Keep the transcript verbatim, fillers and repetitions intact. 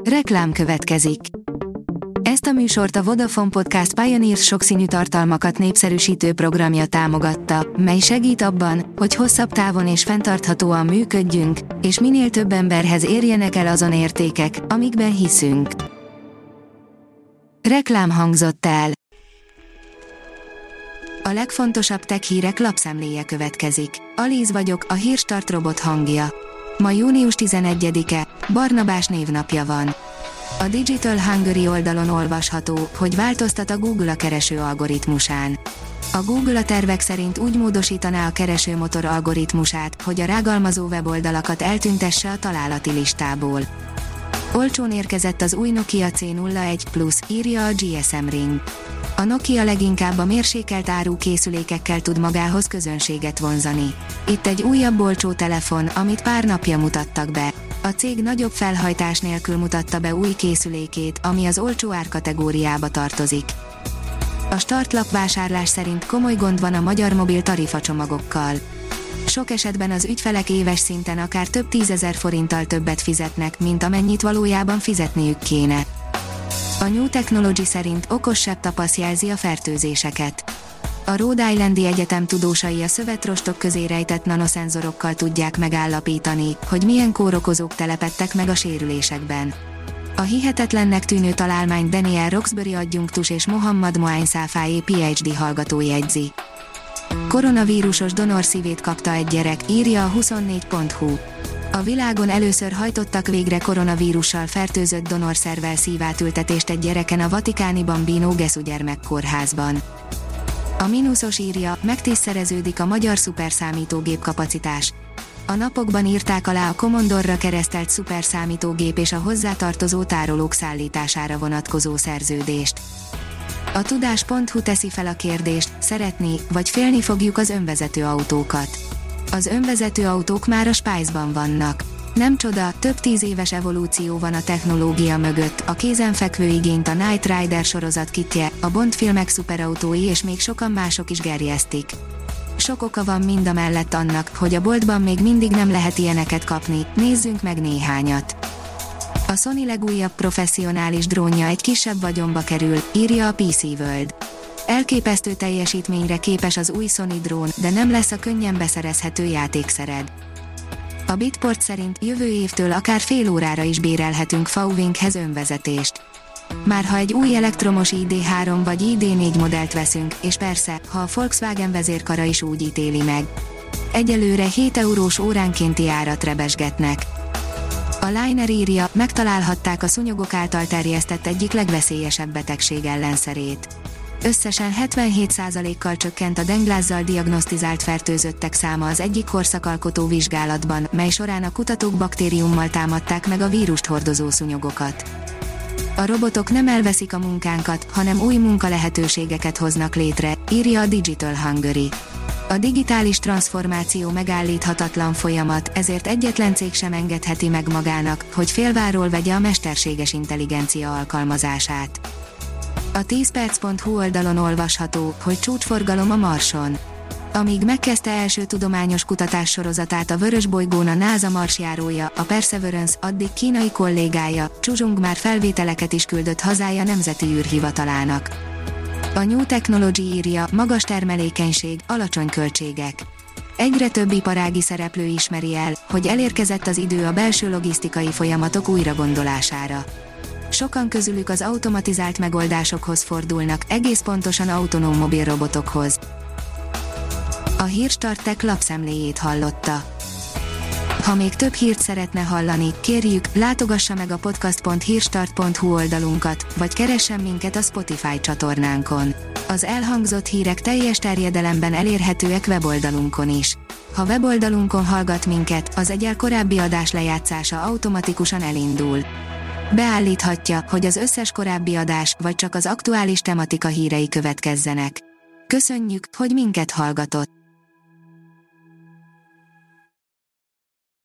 Reklám következik. Ezt a műsort a Vodafone Podcast Pioneers sokszínű tartalmakat népszerűsítő programja támogatta, mely segít abban, hogy hosszabb távon és fenntarthatóan működjünk, és minél több emberhez érjenek el azon értékek, amikben hiszünk. Reklám hangzott el. A legfontosabb tech hírek lapszemléje következik. Alíz vagyok, a Hírstart robot hangja. Ma június tizenegyedike, Barnabás névnapja van. A Digital Hungary oldalon olvasható, hogy változtat a Google a kereső algoritmusán. A Google a tervek szerint úgy módosítaná a keresőmotor algoritmusát, hogy a rágalmazó weboldalakat eltüntesse a találati listából. Olcsón érkezett az új Nokia C nulla egy Plus, írja a gé es em Ring. A Nokia leginkább a mérsékelt áru készülékekkel tud magához közönséget vonzani. Itt egy újabb olcsó telefon, amit pár napja mutattak be. A cég nagyobb felhajtás nélkül mutatta be új készülékét, ami az olcsó árkategóriába tartozik. A startlap vásárlás szerint komoly gond van a magyar mobil tarifacsomagokkal. Sok esetben az ügyfelek éves szinten akár több tízezer forinttal többet fizetnek, mint amennyit valójában fizetniük kéne. A New Technology szerint okos sebtapasz jelzi a fertőzéseket. A Rhode Islandi Egyetem tudósai a szövetrostok közé rejtett nanoszenzorokkal tudják megállapítani, hogy milyen kórokozók telepedtek meg a sérülésekben. A hihetetlennek tűnő találmányt Daniel Roxbury adjunktus és Mohammad Moain Szafáé pé há dé hallgató jegyzi. Koronavírusos donorszívét kapta egy gyerek, írja a huszonnégy pont hu. A világon először hajtottak végre koronavírussal fertőzött donorszervvel szívátültetést egy gyereken a vatikáni Bambino Gesù gyermekkórházban. A mínuszos írja, megtízszereződik a magyar szuperszámítógép kapacitás. A napokban írták alá a Commodore-ra keresztelt szuperszámítógép és a hozzátartozó tárolók szállítására vonatkozó szerződést. A tudás pont hu teszi fel a kérdést, szeretni vagy félni fogjuk az önvezető autókat. Az önvezető autók már a Spice-ban vannak. Nem csoda, több tíz éves evolúció van a technológia mögött, a kézenfekvő igényt a Knight Rider sorozat kitje, a Bond filmek szuperautói és még sokan mások is gerjesztik. Sok oka van mind a mellett annak, hogy a boltban még mindig nem lehet ilyeneket kapni, nézzünk meg néhányat. A Sony legújabb professzionális drónja egy kisebb vagyonba kerül, írja a pé cé World. Elképesztő teljesítményre képes az új Sony drón, de nem lesz a könnyen beszerezhető játékszered. A Bitport szerint jövő évtől akár fél órára is bérelhetünk VW-nkhez önvezetést. Már ha egy új elektromos i dé három vagy i dé négy modellt veszünk, és persze, ha a Volkswagen vezérkara is úgy ítéli meg. Egyelőre hét eurós óránkénti árat rebesgetnek. A Liner írja, megtalálhatták a szúnyogok által terjesztett egyik legveszélyesebb betegség ellenszerét. Összesen hetvenhét százalékkal csökkent a denglázzal diagnosztizált fertőzöttek száma az egyik korszakalkotó vizsgálatban, mely során a kutatók baktériummal támadták meg a vírust hordozó szúnyogokat. A robotok nem elveszik a munkánkat, hanem új munkalehetőségeket hoznak létre, írja a Digital Hungary. A digitális transformáció megállíthatatlan folyamat, ezért egyetlen cég sem engedheti meg magának, hogy félváról vegye a mesterséges intelligencia alkalmazását. A tíz perc pont hu oldalon olvasható, hogy csúcsforgalom a Marson. Amíg megkezdte első tudományos kutatás sorozatát a vörösbolygón a NASA marsjárója, a Perseverance, addig kínai kollégája, Zhu Zhong már felvételeket is küldött hazája nemzeti űrhivatalának. A New Technology írja, magas termelékenység, alacsony költségek. Egyre több iparági szereplő ismeri el, hogy elérkezett az idő a belső logisztikai folyamatok újragondolására. Sokan közülük az automatizált megoldásokhoz fordulnak, egész pontosan autonóm mobilrobotokhoz. A Hírstart Tech lapszemléjét hallotta. Ha még több hírt szeretne hallani, kérjük, látogassa meg a podcast pont hírstart pont hu oldalunkat, vagy keressen minket a Spotify csatornánkon. Az elhangzott hírek teljes terjedelemben elérhetőek weboldalunkon is. Ha weboldalunkon hallgat minket, az egyel korábbi adás lejátszása automatikusan elindul. Beállíthatja, hogy az összes korábbi adás, vagy csak az aktuális tematika hírei következzenek. Köszönjük, hogy minket hallgatott!